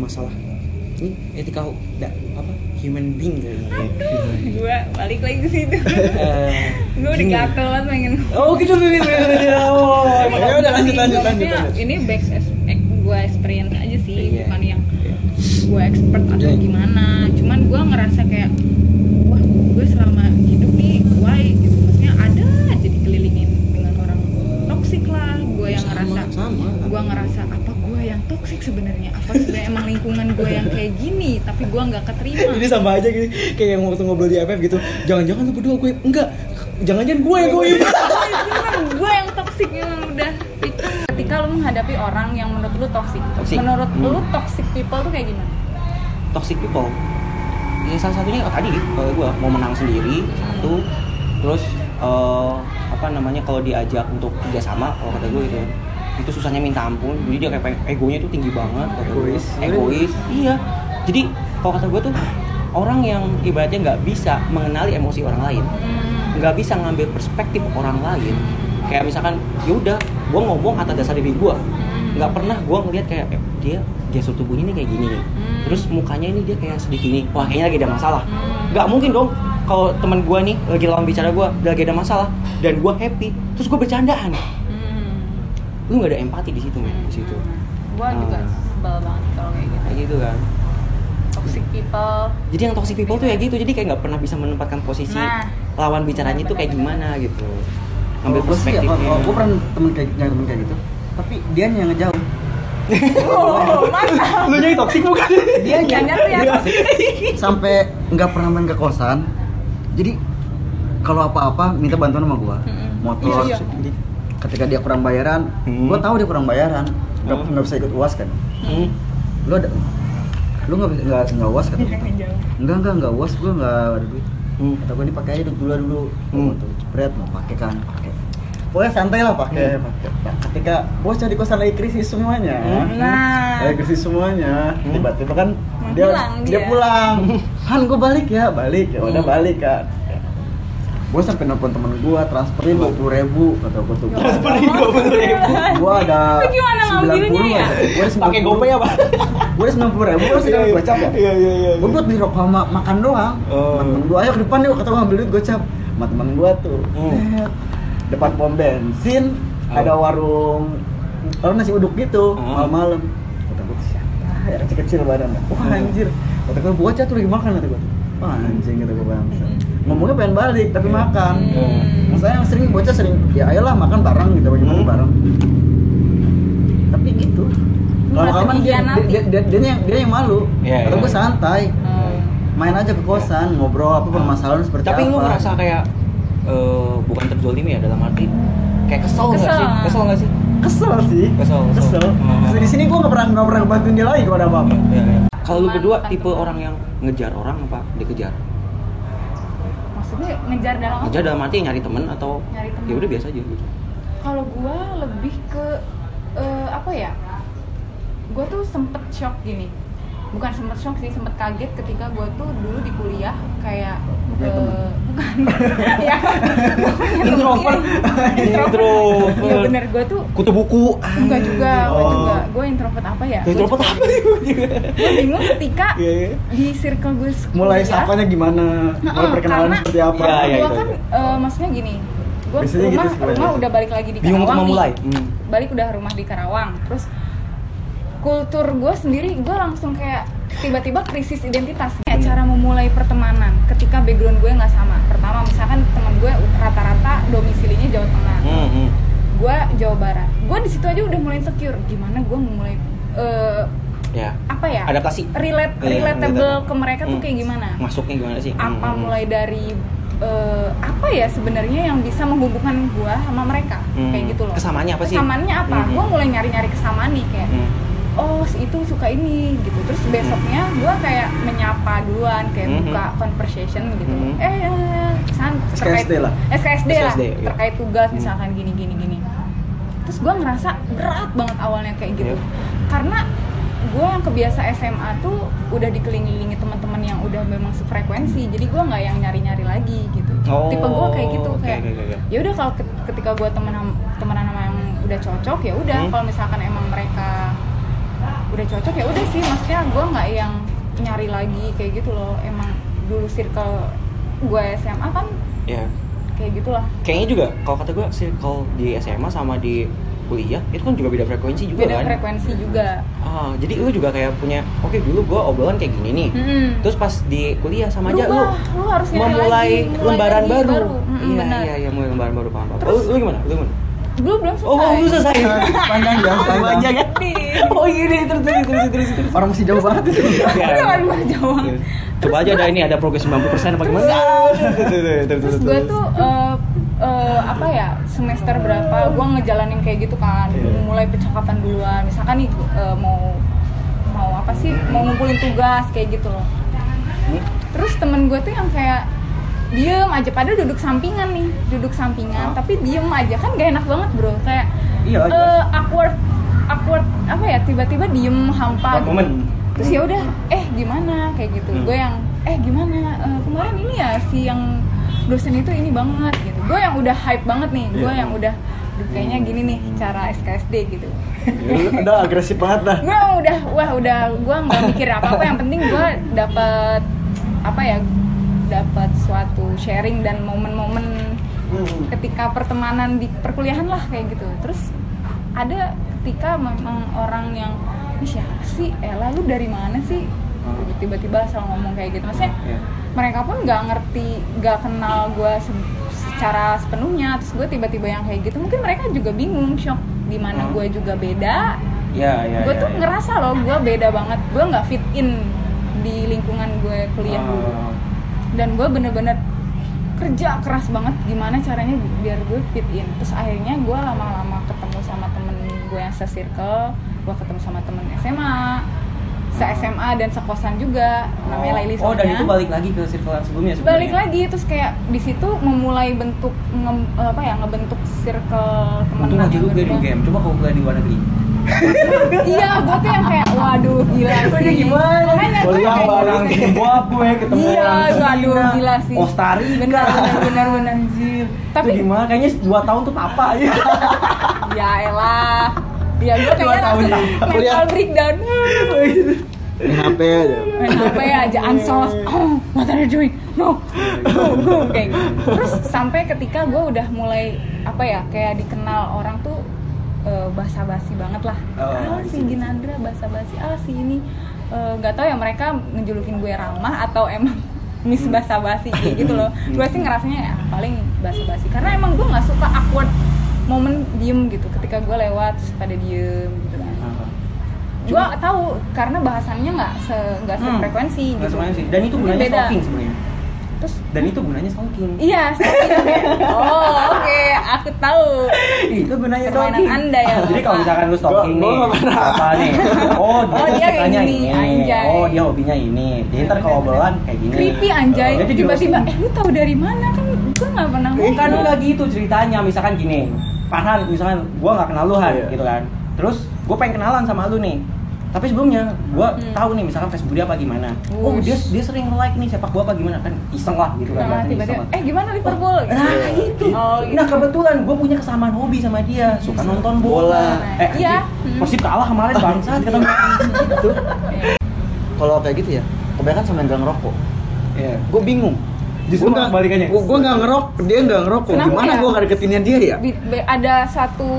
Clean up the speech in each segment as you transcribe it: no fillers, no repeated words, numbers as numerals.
masalah. Ini etika human being kayaknya. Gue balik lagi ke situ. Gue udah gatel banget pengen. Oh gitu. Ya udah lanjut. Ini gue experience aja sih, bukan yang gue expert atau gimana. Cuman gue ngerasa kayak, wah gue selama hidup nih why gitu. Maksudnya ada aja dikelilingin dengan orang toksik lah. Gue yang gue ngerasa apa gue yang toksik sebenarnya, apa sebenarnya emang lingkungan gue yang kayak gini, tapi gue nggak keterima. Ini sama aja gitu, kayak yang waktu ngobrol di FF gitu. Jangan-jangan lu berdua gue enggak. Jangan-jangan gue yang gue yang toksik yang udah. Ketika lu menghadapi orang yang menurut lu toksik. Menurut lu toxic people tuh kayak gimana? Toxic people. Ya salah satunya tadi kalau gue mau menang sendiri satu, terus kalau diajak untuk kerjasama kalau kata gue gitu, itu susahnya minta ampun. Jadi dia kayak egonya tuh tinggi banget, egois. Iya. Jadi kalau kata gue tuh orang yang ibaratnya nggak bisa mengenali emosi orang lain, nggak bisa ngambil perspektif orang lain. Kayak misalkan, yaudah, gue ngomong atas dasar diri gue, nggak pernah gue ngeliat kayak dia gestur tubuhnya ini kayak gini nih, terus mukanya ini dia kayak sedih gini, wah kayaknya lagi ada masalah. Nggak mungkin dong kalau teman gue nih lagi lawan bicara gue, lagi ada masalah, dan gue happy, terus gue bercandaan. Lu nggak ada empati di situ, men, di situ. Gue juga sebel banget kalau kayak gitu. Kayak gitu kan. Toxic people. Jadi yang toxic people tuh ya gitu, jadi kayak nggak pernah bisa menempatkan posisi lawan bicaranya itu kayak gimana gitu. Ngambil perspektifnya. Gue pernah temen kayak gitu, tapi dia yang ngejauh. Mana? Lu jadi toksik bukan? Dia yang toksik. Sampai nggak pernah main ke kosan. Jadi kalau apa-apa minta bantuan sama gue. Motor. Iya. Ketika dia kurang bayaran, gue tahu dia kurang bayaran, nggak bisa ikut UAS kan. Lu nggak UAS kan? Enggak UAS, gue nggak ada duit. Kata gue ini pakai aja dulu. Spread mau pakai kan, pakai. Pokoknya santai lah pakai. Ketika bos di kosan lagi krisis semuanya, tiba-tiba kan dia pulang. Han gue balik ya, udah balik kan. Gue sampai nelfon temen gue, transferin 20.000 kata gue tuh. Transferin 20.000. Gue ada 90 ya? Pakai GoPay apa? Gue ada 90.000, gue sih gue cap ya. Iya. Gue buat beli rokok sama makan doang. Temen gue, ayo ke depan yuk, kata gue ambil duit, gue cap. Sama temen gue tuh. Depan pom bensin ada warung nasi uduk gitu, malam-malam. Kata gue siapa? Ya kecil badan. Wah anjir. Kata gue bocah tuh lagi makan, kata gue. Wah anjing, kata gue bangsa. Ngomongnya pengen balik tapi makan. Maksudnya yang bocah sering ya ayolah makan bareng gitu, bagaimana bareng. Tapi gitu. Kalau kamu dia yang malu. Kata gue santai. Main aja ke kosan, ngobrol apa permasalahan seperti tapi apa. Tapi lu merasa kayak bukan terzolimi ya, dalam arti kayak kesel nggak sih? Kesel sih. Di sini gue nggak pernah bantuin dia lagi kalau ada apa-apa. Kalau lu berdua tipe orang yang ngejar orang apa dikejar? Maksudnya ngejar dalam arti nyari temen atau ya udah biasa aja gitu. Kalau gue lebih ke apa ya? Gue tuh sempet shock gini. Bukan sempet shock sih, sempet kaget ketika gue tuh dulu di kuliah kayak bukan ya introvert. Iya bener, gue tuh kutu buku. Enggak juga, gue introvert apa ya? Introvert apa? Gue bingung ketika di circle gue mulai sapanya gimana, mulai perkenalan seperti apa. Gue kan maksudnya gini, gue rumah udah balik lagi di Karawang nih. Balik udah rumah di Karawang, terus kultur gue sendiri, gue langsung kayak tiba-tiba krisis identitas. Kayak cara memulai pertemanan ketika background gue nggak sama. Pertama misalkan teman gue rata-rata domisilinya Jawa Tengah, gue Jawa Barat. Gue di situ aja udah mulai insecure. Gimana gue memulai apa ya? Adaptasi. Relatable ke mereka tuh kayak gimana? Masuknya gimana sih? Apa mulai dari apa ya sebenarnya yang bisa menghubungkan gue sama mereka? Kayak gitu loh. Kesamaannya apa sih? Kesamaannya apa? Gue mulai nyari-nyari kesamaan nih kayak. Oh itu suka ini gitu, terus besoknya gue kayak menyapa duluan, kayak buka conversation gitu. SKSD lah, terkait tugas misalkan gini. Terus gue ngerasa berat banget awalnya kayak gitu, karena gue yang kebiasa SMA tuh udah dikelilingi teman-teman yang udah memang sefrekuensi, jadi gue nggak yang nyari-nyari lagi gitu. Tipe gue kayak gitu, kayak ya udah kalau ketika gue temenan sama yang udah cocok ya udah, kalau misalkan emang mereka udah cocok ya udah sih, maksudnya gue nggak yang nyari lagi kayak gitu loh. Emang dulu circle gue SMA kan kayak gitulah. Kayaknya juga kalau kata gue circle di SMA sama di kuliah itu kan juga beda frekuensi juga beda kan? Beda frekuensi juga. Jadi lu juga kayak punya, oke, dulu gue obrolan kayak gini nih. Terus pas di kuliah sama aja lu harus memulai lembaran baru. Iya, mulai lembaran baru, paham. Lu gimana? Belum selesai. Oh, belum selesai. Panjang kan? Oh iya, terus. Orang masih jauh banget itu. Iya, jauh. Coba aja ada progres 90% apa gimana? Terus gue tuh semester berapa gue ngejalanin kayak gitu kan, mulai percakapan duluan. Misalkan nih mau ngumpulin tugas kayak gitu loh. Terus temen gue tuh yang kayak diem aja, padahal duduk sampingan, tapi diem aja, kan gak enak banget bro, kayak awkward tiba-tiba diem hampa gitu. Terus ya udah gimana kayak gitu. Gue yang gimana kemarin ini ya si yang dosen itu ini banget gitu. Gue yang udah hype banget nih, gue yang udah kayaknya gini nih cara SKSD gitu. Udah agresif banget dah. Gue gue nggak mikir apa-apa, yang penting gue dapat suatu sharing dan momen-momen ketika pertemanan di perkuliahan lah kayak gitu. Terus ada ketika memang orang yang ini siapa sih, Ella lu dari mana sih, tiba-tiba asal ngomong kayak gitu. Maksudnya mereka pun nggak ngerti, nggak kenal gue secara sepenuhnya. Terus gue tiba-tiba yang kayak gitu, mungkin mereka juga bingung, shock, dimana gue juga beda. Gue tuh ngerasa loh gue beda banget, gue nggak fit in di lingkungan gue kuliah dulu. Dan gue bener-bener kerja keras banget gimana caranya biar gue fit in. Terus akhirnya gue lama-lama ketemu sama temen gue yang se-circle, gue ketemu sama temen SMA, se-SMA dan sekosan juga, namanya Laili Sonia. Dan itu balik lagi ke circle yang sebelumnya? Balik lagi, terus kayak di situ memulai bentuk ngebentuk circle teman-teman. Untung aja lu kuliah di UGM, coba kalau kuliah di luar negeri. Iya, gue tuh yang kayak waduh gila sih. Gimana? Makanya gue kayak orang Zimbabwe ketemu orang waduh gila sih. Costa Rica. Bener. Anjir. Tapi itu gimana? Kayaknya 2 tahun tuh apa aja. Ya elah. Ya gue kayaknya langsung mental breakdown. Main HP aja ansos. What are you doing? No. Go kayak gitu. Terus sampai ketika gue udah mulai kayak dikenal orang tuh basa-basi banget lah. Si Ginandra basa-basi, si ini nggak tahu ya mereka ngejulukin gue ramah atau emang miss basa-basi kayak gitu loh. Gue sih ngerasanya ya paling basa-basi karena emang gue nggak suka awkward momen diem gitu ketika gue lewat terus pada diem gitu kan. Gue tahu karena bahasannya nggak sefrekuensi gitu. Dan itu gunanya stalking sebenarnya. Dan itu gunanya stalking. Iya, stalking. Oke, aku tahu. Itu gunanya permainan stalking. Anda ya. Jadi kalau misalkan lu stalking nih, apa nih? Dia sukanya ini. Anjay. Dia hobinya ini. Jadi ntar kalau obrolan kayak gini. Creepy anjay. Tiba-tiba, lu tahu dari mana kan? Gue nggak pernah ngomong. Kan nggak gitu ceritanya. Misalkan gini, Farhan, misalkan gue nggak kenal lu gitu kan. Terus gue pengen kenalan sama lu nih. Tapi sebelumnya gue tahu nih misalkan Facebook dia apa gimana. Dia sering like nih sepak bola apa gimana, kan iseng lah gitu kan. Tiba-tiba gimana Liverpool? Itu. Nah kebetulan gue punya kesamaan hobi sama dia, suka nonton bola. Iya. Persib kalah kemarin bangsat ketemu gitu. Kalau kayak gitu ya, kebanyakan sama yang nggak ngerokok. Iya. Gue bingung. Justru balikannya. Gue nggak ngerokok, dia nggak ngerokok. Gimana gue nggak deketinnya dia ya? Ada satu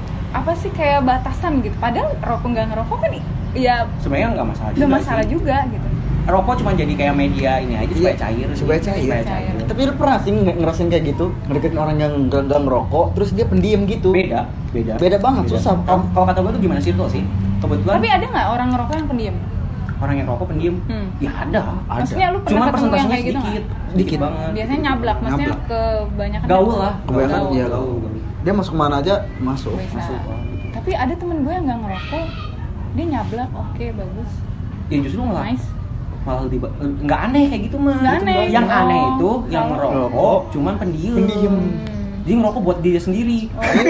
kayak batasan gitu. Padahal rokok nggak ngerokok kan ya sebenarnya nggak masalah juga. Nggak masalah juga gitu. Rokok cuma jadi kayak media ini aja supaya cair. Supaya cair. Tapi lu pernah sih ngerasain kayak gitu? Ngedeketin orang yang nggak ngerokok, terus dia pendiam gitu? Beda banget, susah. Kalau kata gue tuh gimana circle sih? Kebetulan. Tapi ada nggak orang ngerokok yang pendiam? Orang yang rokok pendiam? Ya ada. Maksudnya lu pernah ketemu yang kayak gitu nggak? Dikit banget. Biasanya nyablak, maksudnya kebanyakan gaul lah. Kebanyakan iya gaul. Dia masuk mana aja masuk. Tapi ada temen gue yang nggak ngerokok, dia nyablak, oke, bagus. Ya justru malah nice. Malah nggak aneh kayak gitu mah. Nggak aneh. Yang aneh itu yang ngerokok, cuman pendiam. Dia ngerokok buat diri sendiri.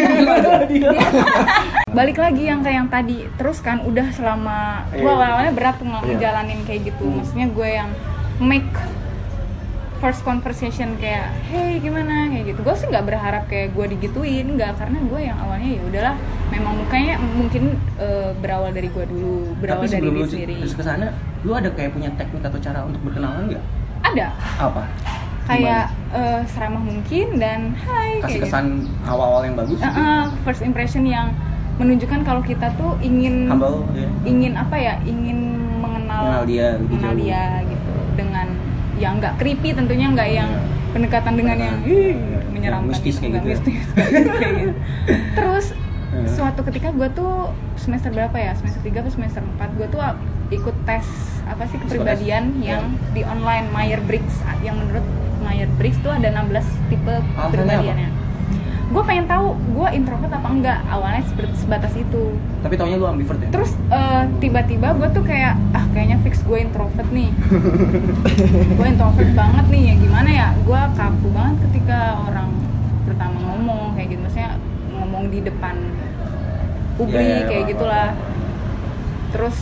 Balik lagi yang kayak yang tadi, terus kan udah selama gue awalnya berat ngejalanin kayak gitu. Maksudnya gue yang make first conversation kayak hey gimana kayak gitu. Gue sih nggak berharap kayak gue digituin, nggak, karena gue yang awalnya ya udahlah memang mukanya mungkin berawal dari gue dulu, berawal dari diri sendiri. Terus kesana lu ada kayak punya teknik atau cara untuk berkenalan nggak? Ada. Apa? Kayak seramah mungkin dan hai kasih kayak kesan gitu. Awal-awal yang bagus gitu. First impression yang menunjukkan kalau kita tuh ingin humble, ya. ingin apa ya, ingin mengenal dia gitu dengan yang nggak creepy tentunya, nggak yang pendekatan dengan yang menyeramkan mistis gitu, kayak gitu. mistis kayak gitu. Terus suatu ketika gue tuh semester berapa ya, semester 3 atau semester 4 gue tuh ikut tes apa sih kepribadian yang di online Myers-Briggs, yang menurut Myers-Briggs tuh ada 16 tipe kepribadiannya. Gue pengen tahu gue introvert apa enggak, awalnya sebatas itu. Tapi taunya lu ambivert ya? Terus tiba-tiba gue tuh kayak kayaknya fix gue introvert nih. Gue introvert banget nih, ya gimana ya, gue kaku banget ketika orang pertama ngomong kayak gitu, maksudnya ngomong di depan publik kayak gitulah. Terus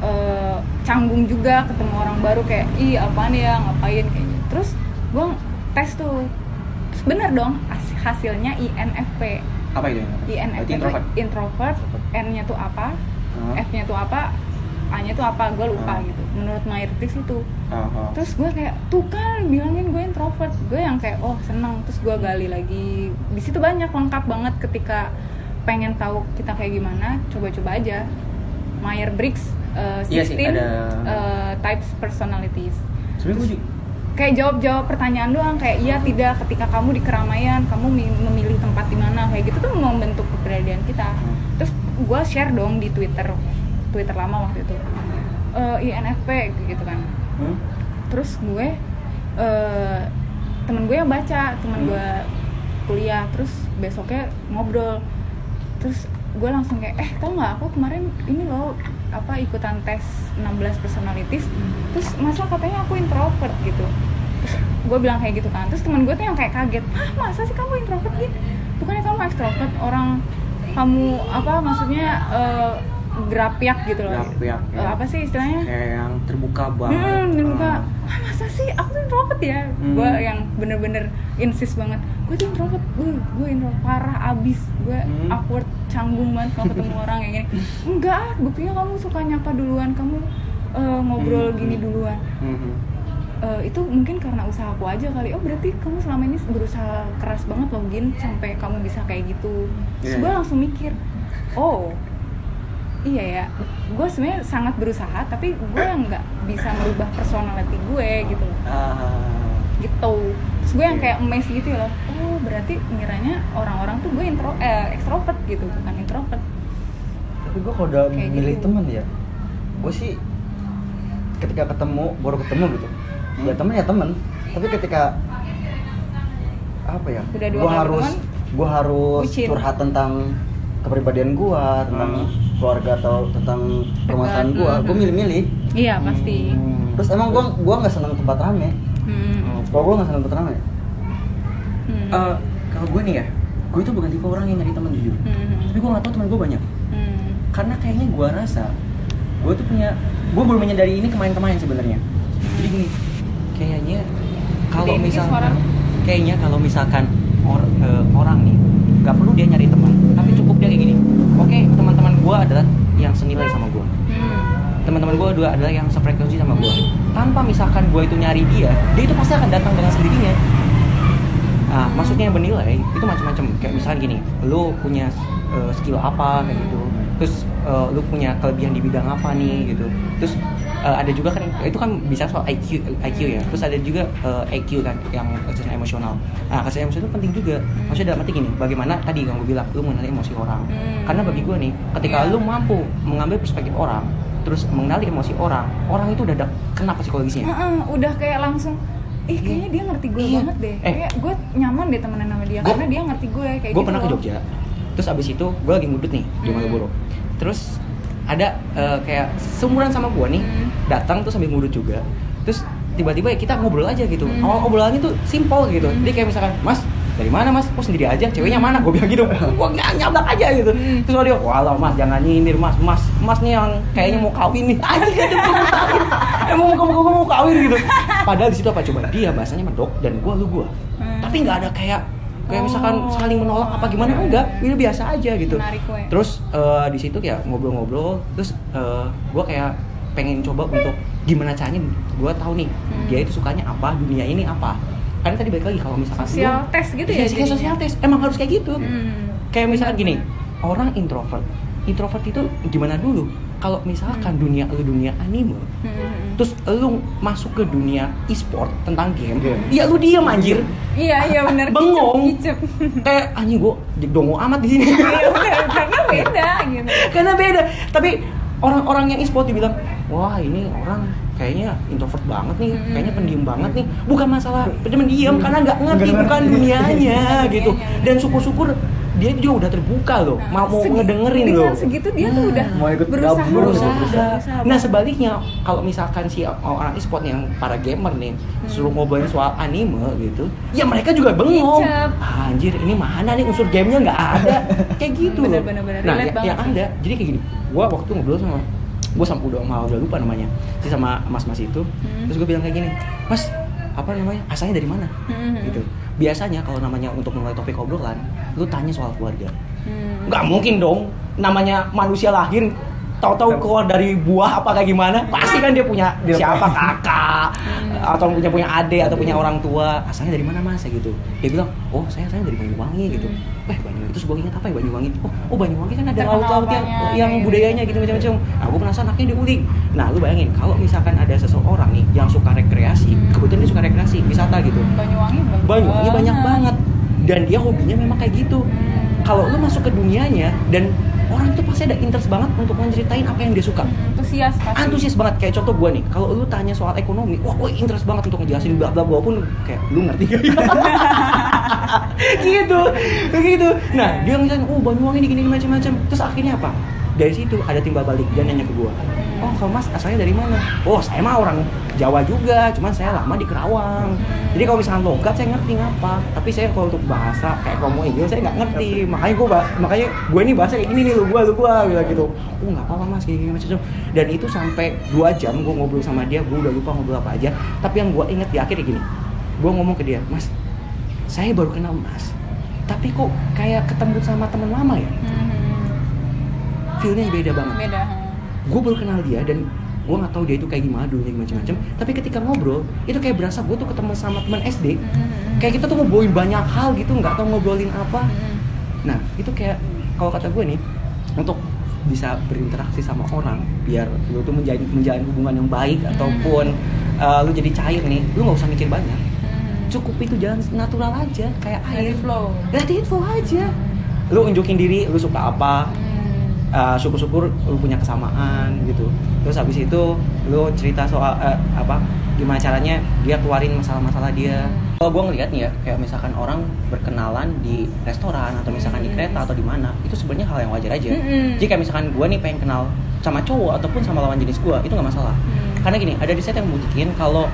canggung juga ketemu orang baru, kayak ih apaan ya, ngapain kayak gitu. Terus gue tes tuh, terus bener dong hasilnya INFP. Apa itu? INFP itu introvert, N-nya tuh apa, F-nya tuh apa, A-nya tuh apa, gue lupa gitu. Menurut Myers-Briggs itu. Terus gue kayak tuh kan bilangin gue introvert, gue yang kayak seneng. Terus gue gali lagi, di situ banyak lengkap banget. Ketika pengen tahu kita kayak gimana, coba-coba aja Myers-Briggs 16 types personalities. Sebenarnya gue juga kayak jawab pertanyaan doang, kayak iya tidak, ketika kamu di keramaian kamu memilih tempat di mana, kayak gitu tuh membentuk kepribadian kita. Terus gue share dong di Twitter lama waktu itu, INFP gitu kan. Terus gue temen gue yang baca, temen gue kuliah, terus besoknya ngobrol, terus gue langsung kayak tau nggak, aku kemarin ini loh ikutan tes 16 personalities, terus masa katanya aku introvert gitu. Terus gue bilang kayak gitu kan, terus teman gue tuh yang kayak kaget, masa sih kamu introvert gitu, bukannya kamu extrovert, orang kamu maksudnya gerapiak gitu loh. Gerapiak, ya. Apa sih istilahnya, kayak yang terbuka banget. Terbuka. Masa sih aku tuh introvert ya. Gue yang bener-bener insist banget, gue tuh introvert, gue introvert parah abis, gue awkward, canggung banget kalau ketemu orang kayak gini. Enggak, buktinya kamu suka nyapa duluan, kamu ngobrol gini duluan. Itu mungkin karena usaha aku aja kali. Berarti kamu selama ini berusaha keras banget loh Gin, sampai kamu bisa kayak gitu. Terus gue langsung mikir, iya ya, gue sebenarnya sangat berusaha, tapi gue yang nggak bisa merubah personality gue gitu loh. Gitu. Terus gue yang kayak amazed gitu loh. Berarti ngiranya orang-orang tuh gue extrovert gitu, bukan introvert. Tapi gue kalau udah kayak milih gitu. temen ya, gue sih ketika baru ketemu gitu, ya temen. Tapi ketika gue harus bucin. curhat tentang kepribadian gue, tentang keluarga atau tentang permasalahan gue milih-milih. Iya pasti. Terus emang gue nggak senang tempat rame. Kalau gue nggak senang tempat rame. Kalau gue nih ya, gue tuh bukan tipe orang yang nyari teman jujur. Tapi gue nggak tahu teman gue banyak. Karena kayaknya gue rasa gue baru menyadari ini kemarin sebenarnya. Jadi gini, kayaknya kalau misalkan orang nih nggak perlu dia nyari teman, tapi cukup dia kayak gini. Oke, teman-teman gue adalah yang senilai sama gue. Teman-teman gue adalah yang sefrekuensi sama gue. Tanpa misalkan gue itu nyari dia itu pasti akan datang dengan sendirinya. Nah, maksudnya yang bernilai itu macam-macam. Kayak misalkan gini, lu punya skill apa kayak gitu. Terus lu punya kelebihan di bidang apa nih gitu. Terus ada juga kan, itu kan bisa soal IQ ya. Terus ada juga EQ kan, yang kesehatan emosional. Nah, kesehatan emosional itu penting juga. Maksudnya dalam arti gini, bagaimana tadi yang gue bilang, lu mengenali emosi orang. Karena bagi gue nih, ketika lu mampu mengambil perspektif orang, terus mengenali emosi orang itu udah ada kena psikologisnya. Udah kayak langsung, kayaknya dia ngerti gue banget deh. Kayak gue nyaman deh temenan sama dia, karena dia ngerti gue kayak gitu. Gue pernah ke Jogja, terus abis itu gue lagi ngudut nih di Malioboro. Terus ada kayak seumuran sama gue nih, datang tuh sambil ngudut juga. Terus tiba-tiba ya kita ngobrol aja gitu. Awal obrolannya tuh simpel gitu. Jadi kayak misalkan, Mas, dari mana mas? Kok sendiri aja? Ceweknya mana? Gue bilang gitu. Gue nggak nyablak aja gitu. Terus dia, walah mas jangan nyindir mas nih yang kayaknya mau kawin nih. Emang mau kawin gitu. Padahal di situ apa coba dia bahasanya medok dan gue. Tapi nggak ada kayak misalkan saling menolak apa gimana, enggak, ini biasa aja gitu. Terus di situ kayak ngobrol-ngobrol, terus gue kayak pengen coba untuk gimana caranya gue tahu nih dia itu sukanya apa, dunia ini apa. Karena tadi balik lagi kalau misalkan sosial tes gitu ya. Iya, sosial tes. Emang harus kayak gitu. Kayak misalkan gini, orang introvert itu gimana dulu? Kalau misalkan dunia anime, terus lu masuk ke dunia e-sport tentang game, ya lu diam anjir. Iya benar. Bengong. Kayak anjing gua dongo amat di sini. Iya benar, karena beda gitu. Karena beda. Tapi orang-orang yang e-sport dibilang, wah ini orang kayaknya introvert banget nih, kayaknya pendiam banget nih. Bukan masalah pendiam karena nggak ngerti bukan dunianya gitu. Dan syukur-syukur dia udah terbuka loh, mau ngedengerin loh. Dengan segitu dia tuh udah mau ikut berusaha. Nah sebaliknya kalau misalkan si orang e-sport yang para gamer nih suruh ngobrolin soal anime gitu, ya mereka juga bengong. Anjir ini mana nih unsur gamenya nggak ada, kayak gitu loh. Nah yang ada, jadi kayak gini. Gua waktu ngobrol sama gue udah lupa namanya, sih sama mas itu, terus gue bilang kayak gini, mas apa namanya asalnya dari mana gitu. Biasanya kalau namanya untuk mulai topik obrolan lu tanya soal keluarga. Nggak mungkin dong namanya manusia lahir tahu-tahu keluar dari buah apa kayak gimana, pasti kan dia punya siapa kakak atau punya adik atau punya orang tua. Asalnya dari mana mas gitu. Dia bilang oh saya dari Banyuwangi gitu. Banyuwangi itu gue ingat apa ya Banyuwangi? Oh Banyuwangi kan ada laut-laut yang budayanya gitu macam-macam. Nah gue penasaran akhirnya diulik. Nah lu bayangin kalau misalkan ada seseorang nih yang suka rekreasi, kebetulan dia suka rekreasi wisata gitu. Banyuwangi banyak banget dan dia hobinya memang kayak gitu. Kalau lu masuk ke dunianya dan orang tuh pasti ada interest banget untuk menceritain apa yang dia suka. Antusias banget. Kayak contoh gue nih, kalau lu tanya soal ekonomi, wah gue interest banget untuk ngejelasin bla bla walaupun kayak lu ngerti gak? gitu. Nah dia ngejelasin, Banyuwangi ini gini macam-macam. Terus akhirnya apa? Dari situ ada timbal balik, dia nanya ke gue, oh kalau mas asalnya dari mana? Oh saya mah orang Jawa juga, cuman saya lama di Kerawang. Jadi kalau misalkan logat saya ngerti ngapa, tapi saya kalau untuk bahasa kayak Romo Inggris saya nggak ngerti. Makanya gue ini bahasa kayak gini nih lu gua bilang gitu. Oh nggak apa-apa mas, gini macam-macam. Dan itu sampai 2 jam gue ngobrol sama dia, gue udah lupa ngobrol apa aja. Tapi yang gue inget di akhir gini, gue ngomong ke dia, mas saya baru kenal mas, tapi kok kayak ketemu sama teman lama ya? Feelnya beda banget. Gue baru kenal dia dan gue nggak tahu dia itu kayak gimana dulunya macam-macam. Tapi ketika ngobrol itu kayak berasa gue tuh ketemu sama teman SD. Kayak kita tuh ngobrolin banyak hal gitu, nggak tahu ngobrolin apa. Nah itu kayak kalau kata gue nih, untuk bisa berinteraksi sama orang biar lu tuh menjalin hubungan yang baik ataupun lu jadi cair nih, lu nggak usah mikir banyak. Cukup itu jalan natural aja kayak air. Let it flow aja. Lu unjukin diri, lu suka apa. Syukur-syukur lu punya kesamaan gitu. Terus habis itu lu cerita soal gimana caranya dia keluarin masalah-masalah dia. Kalau gue ngeliat nih ya, kayak misalkan orang berkenalan di restoran atau misalkan di kereta atau di mana, itu sebenarnya hal yang wajar aja. Jadi kayak misalkan gue nih pengen kenal sama cowok ataupun sama lawan jenis gue, itu nggak masalah. Karena gini, ada riset yang membuktikan kalau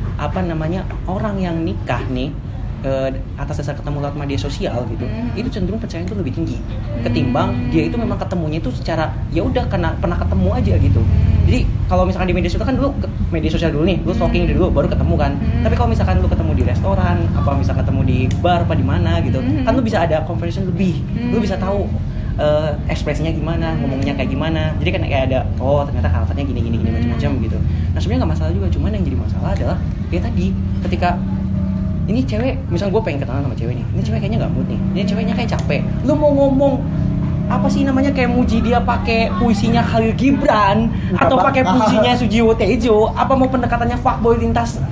orang yang nikah nih atas dasar ketemu lewat media sosial gitu, itu cenderung percayaan itu lebih tinggi ketimbang dia itu memang ketemunya itu secara ya udah karena pernah ketemu aja gitu. Jadi kalau misalkan di media sosial kan dulu media sosial dulu nih, lu stalking dulu baru ketemu kan. Tapi kalau misalkan lu ketemu di restoran, apa misalkan ketemu di bar apa di mana gitu, kan lu bisa ada conversation lebih, lu bisa tahu ekspresinya gimana, ngomongnya kayak gimana. Jadi kan kayak ada ternyata karakternya gini macam-macam gitu. Nah sebenarnya nggak masalah juga, cuman yang jadi masalah adalah ya tadi ketika ini cewek, misal gue pengen kenalan sama cewek nih, ini cewek kayaknya nggak mood nih, ini ceweknya kayak capek. Lu mau ngomong apa sih namanya kayak muji dia pakai puisinya Khalil Gibran atau pakai puisinya Sujiwo Tejo, apa mau pendekatannya fuckboy lintas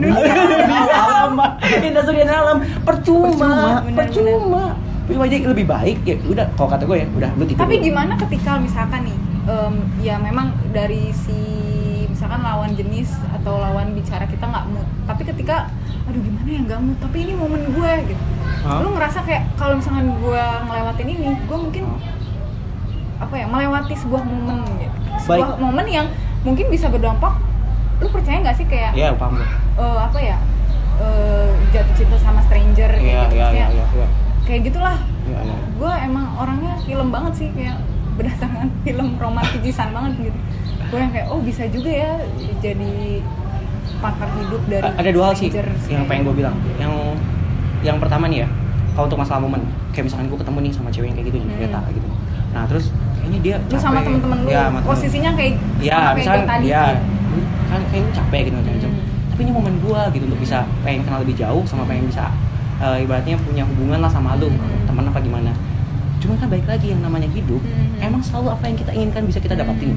lintas alam, percuma. Jadi lebih baik ya udah kalau kata gue ya udah lu tidur. Tapi gimana ketika misalkan nih ya memang dari si misalkan lawan jenis atau lawan bicara kita nggak mood, tapi ketika aduh gimana ya nggak mood, tapi ini momen gue gitu. Lu ngerasa kayak kalau misalkan gue ngelewatin ini, gue mungkin melewati sebuah momen gitu. Sebuah momen yang mungkin bisa berdampak. Lu percaya nggak sih kayak paham gue. jatuh cinta sama stranger kayak gitu. Iya. Kayak gitulah. Iya. Gue emang orangnya film banget sih, kayak berdasarkan film romantisan banget gitu. Gue yang kayak bisa juga ya jadi partner hidup dari ada dua hal sih yang pengen gue bilang. Yang pertama nih ya, kalau untuk masalah momen, kayak misalkan gue ketemu nih sama cewek yang kayak gitu di kereta gitu. Nah terus kayaknya dia lu sama temen-temen lu posisinya kayak sama misalkan kayak tadi dia kan kayak capek gitu macam-macam. Tapi ini momen gue gitu untuk bisa pengen kenal lebih jauh sama pengen bisa ibaratnya punya hubungan lah sama lu, teman apa gimana. Cuma kan balik lagi yang namanya hidup, emang selalu apa yang kita inginkan bisa kita dapatin.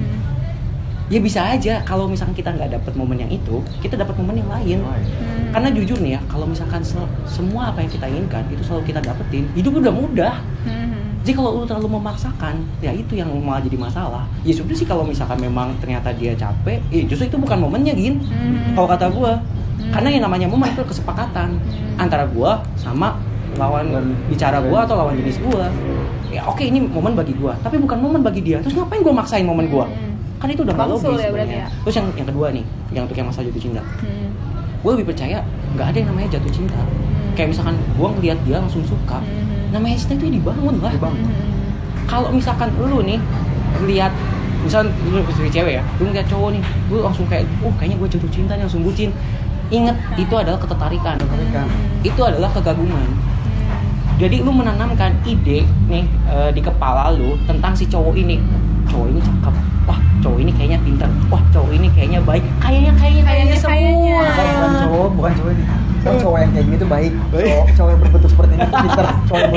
Ya bisa aja kalau misalkan kita nggak dapet momen yang itu, kita dapat momen yang lain. Karena jujur nih ya, kalau misalkan semua apa yang kita inginkan itu selalu kita dapetin, hidup udah mudah. Jadi kalau lu terlalu memaksakan, ya itu yang malah jadi masalah. Ya sudah sih kalau misalkan memang ternyata dia capek, justru itu bukan momennya Gin. Kalau kata gua, karena yang namanya momen itu kesepakatan antara gua sama lawan bicara gua atau lawan jenis gua. Ya oke, ini momen bagi gua, tapi bukan momen bagi dia. Terus ngapain gua maksain momen gua? Kan itu udah nggak logis sebenarnya. Terus yang kedua nih, yang untuk yang masalah jatuh cinta, gue lebih percaya nggak ada yang namanya jatuh cinta. Kayak misalkan gue ngeliat dia langsung suka, namanya cinta itu dibangun lah. Kalau misalkan lu nih lihat, misalkan lu istri cewek ya, lu ngeliat cowok nih, lu langsung kayak, kayaknya gue jatuh cinta nih, langsung bucin. Ingat, itu adalah ketertarikan. Itu adalah kegaguman. Jadi lu menanamkan ide nih di kepala lu tentang si cowok ini cakep, wah cowok ini kayaknya pintar, wah cowok ini kayaknya baik, kayaknya semua. Bukan cowok ini. Oh, cowok yang kayak gini tuh baik. Cowok yang berbentuk seperti ini tuh pintar. Cowok yang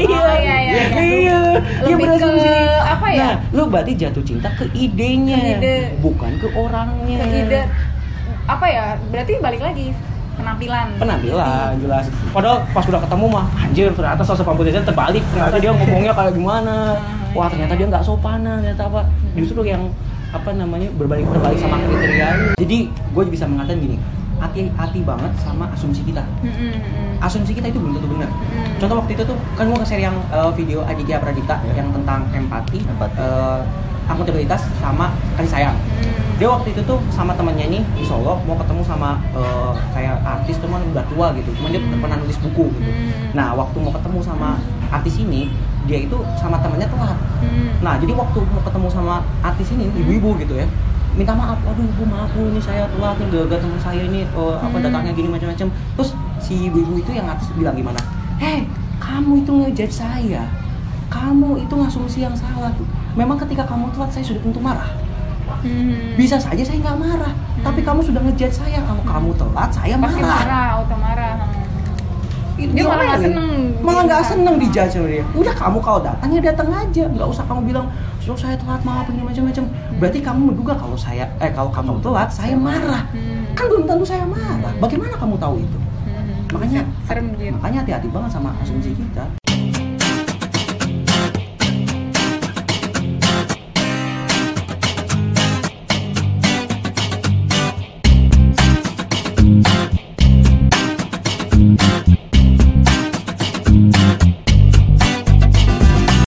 Iya. Dia berasumsi apa ya? Nah, lu berarti jatuh cinta ke idenya, bukan ke orangnya. Ke ide apa ya? Berarti balik lagi penampilan jelas. Padahal pas udah ketemu mah anjir ternyata sosok pamputesan terbalik, ternyata dia ngomongnya kayak gimana, wah ternyata dia nggak sopanan, ternyata apa, justru yang apa namanya berbalik sama kriteria. Jadi gue bisa mengatakan gini, hati-hati banget sama asumsi kita. Asumsi kita itu belum tentu benar. Contoh waktu itu tuh kan gue nge-share yang video Aditya Pradipta yang tentang empati. Akuntabilitas sama kasih sayang. Dia waktu itu tuh sama temannya nih di Solo mau ketemu sama kayak artis teman udah tua gitu. Cuman dia pernah nulis buku gitu. Nah, waktu mau ketemu sama artis ini, dia itu sama temannya telat. Nah, jadi waktu mau ketemu sama artis ini, ibu-ibu gitu ya, minta maaf, aduh bu maaf bu ini saya telat nih gara-gara teman saya ini datangnya gini macam-macam. Terus si ibu-ibu itu yang artis bilang gimana? Kamu itu ngejudge saya. Kamu itu ngasumsi yang salah tuh. Memang ketika kamu telat saya sudah tentu marah. Bisa saja saya nggak marah, tapi kamu sudah ngejudge saya. Kalau kamu telat saya marah. Pasti marah, marah. Dia malah nggak seneng dijudge sama dia. Udah kamu kalau datang ya datang aja, nggak usah kamu bilang saya telat maaf ini macam-macam. Berarti kamu menduga kalau kamu telat saya marah. Kan belum tentu saya marah. Bagaimana kamu tahu itu? Makanya hati-hati banget sama asumsi kita.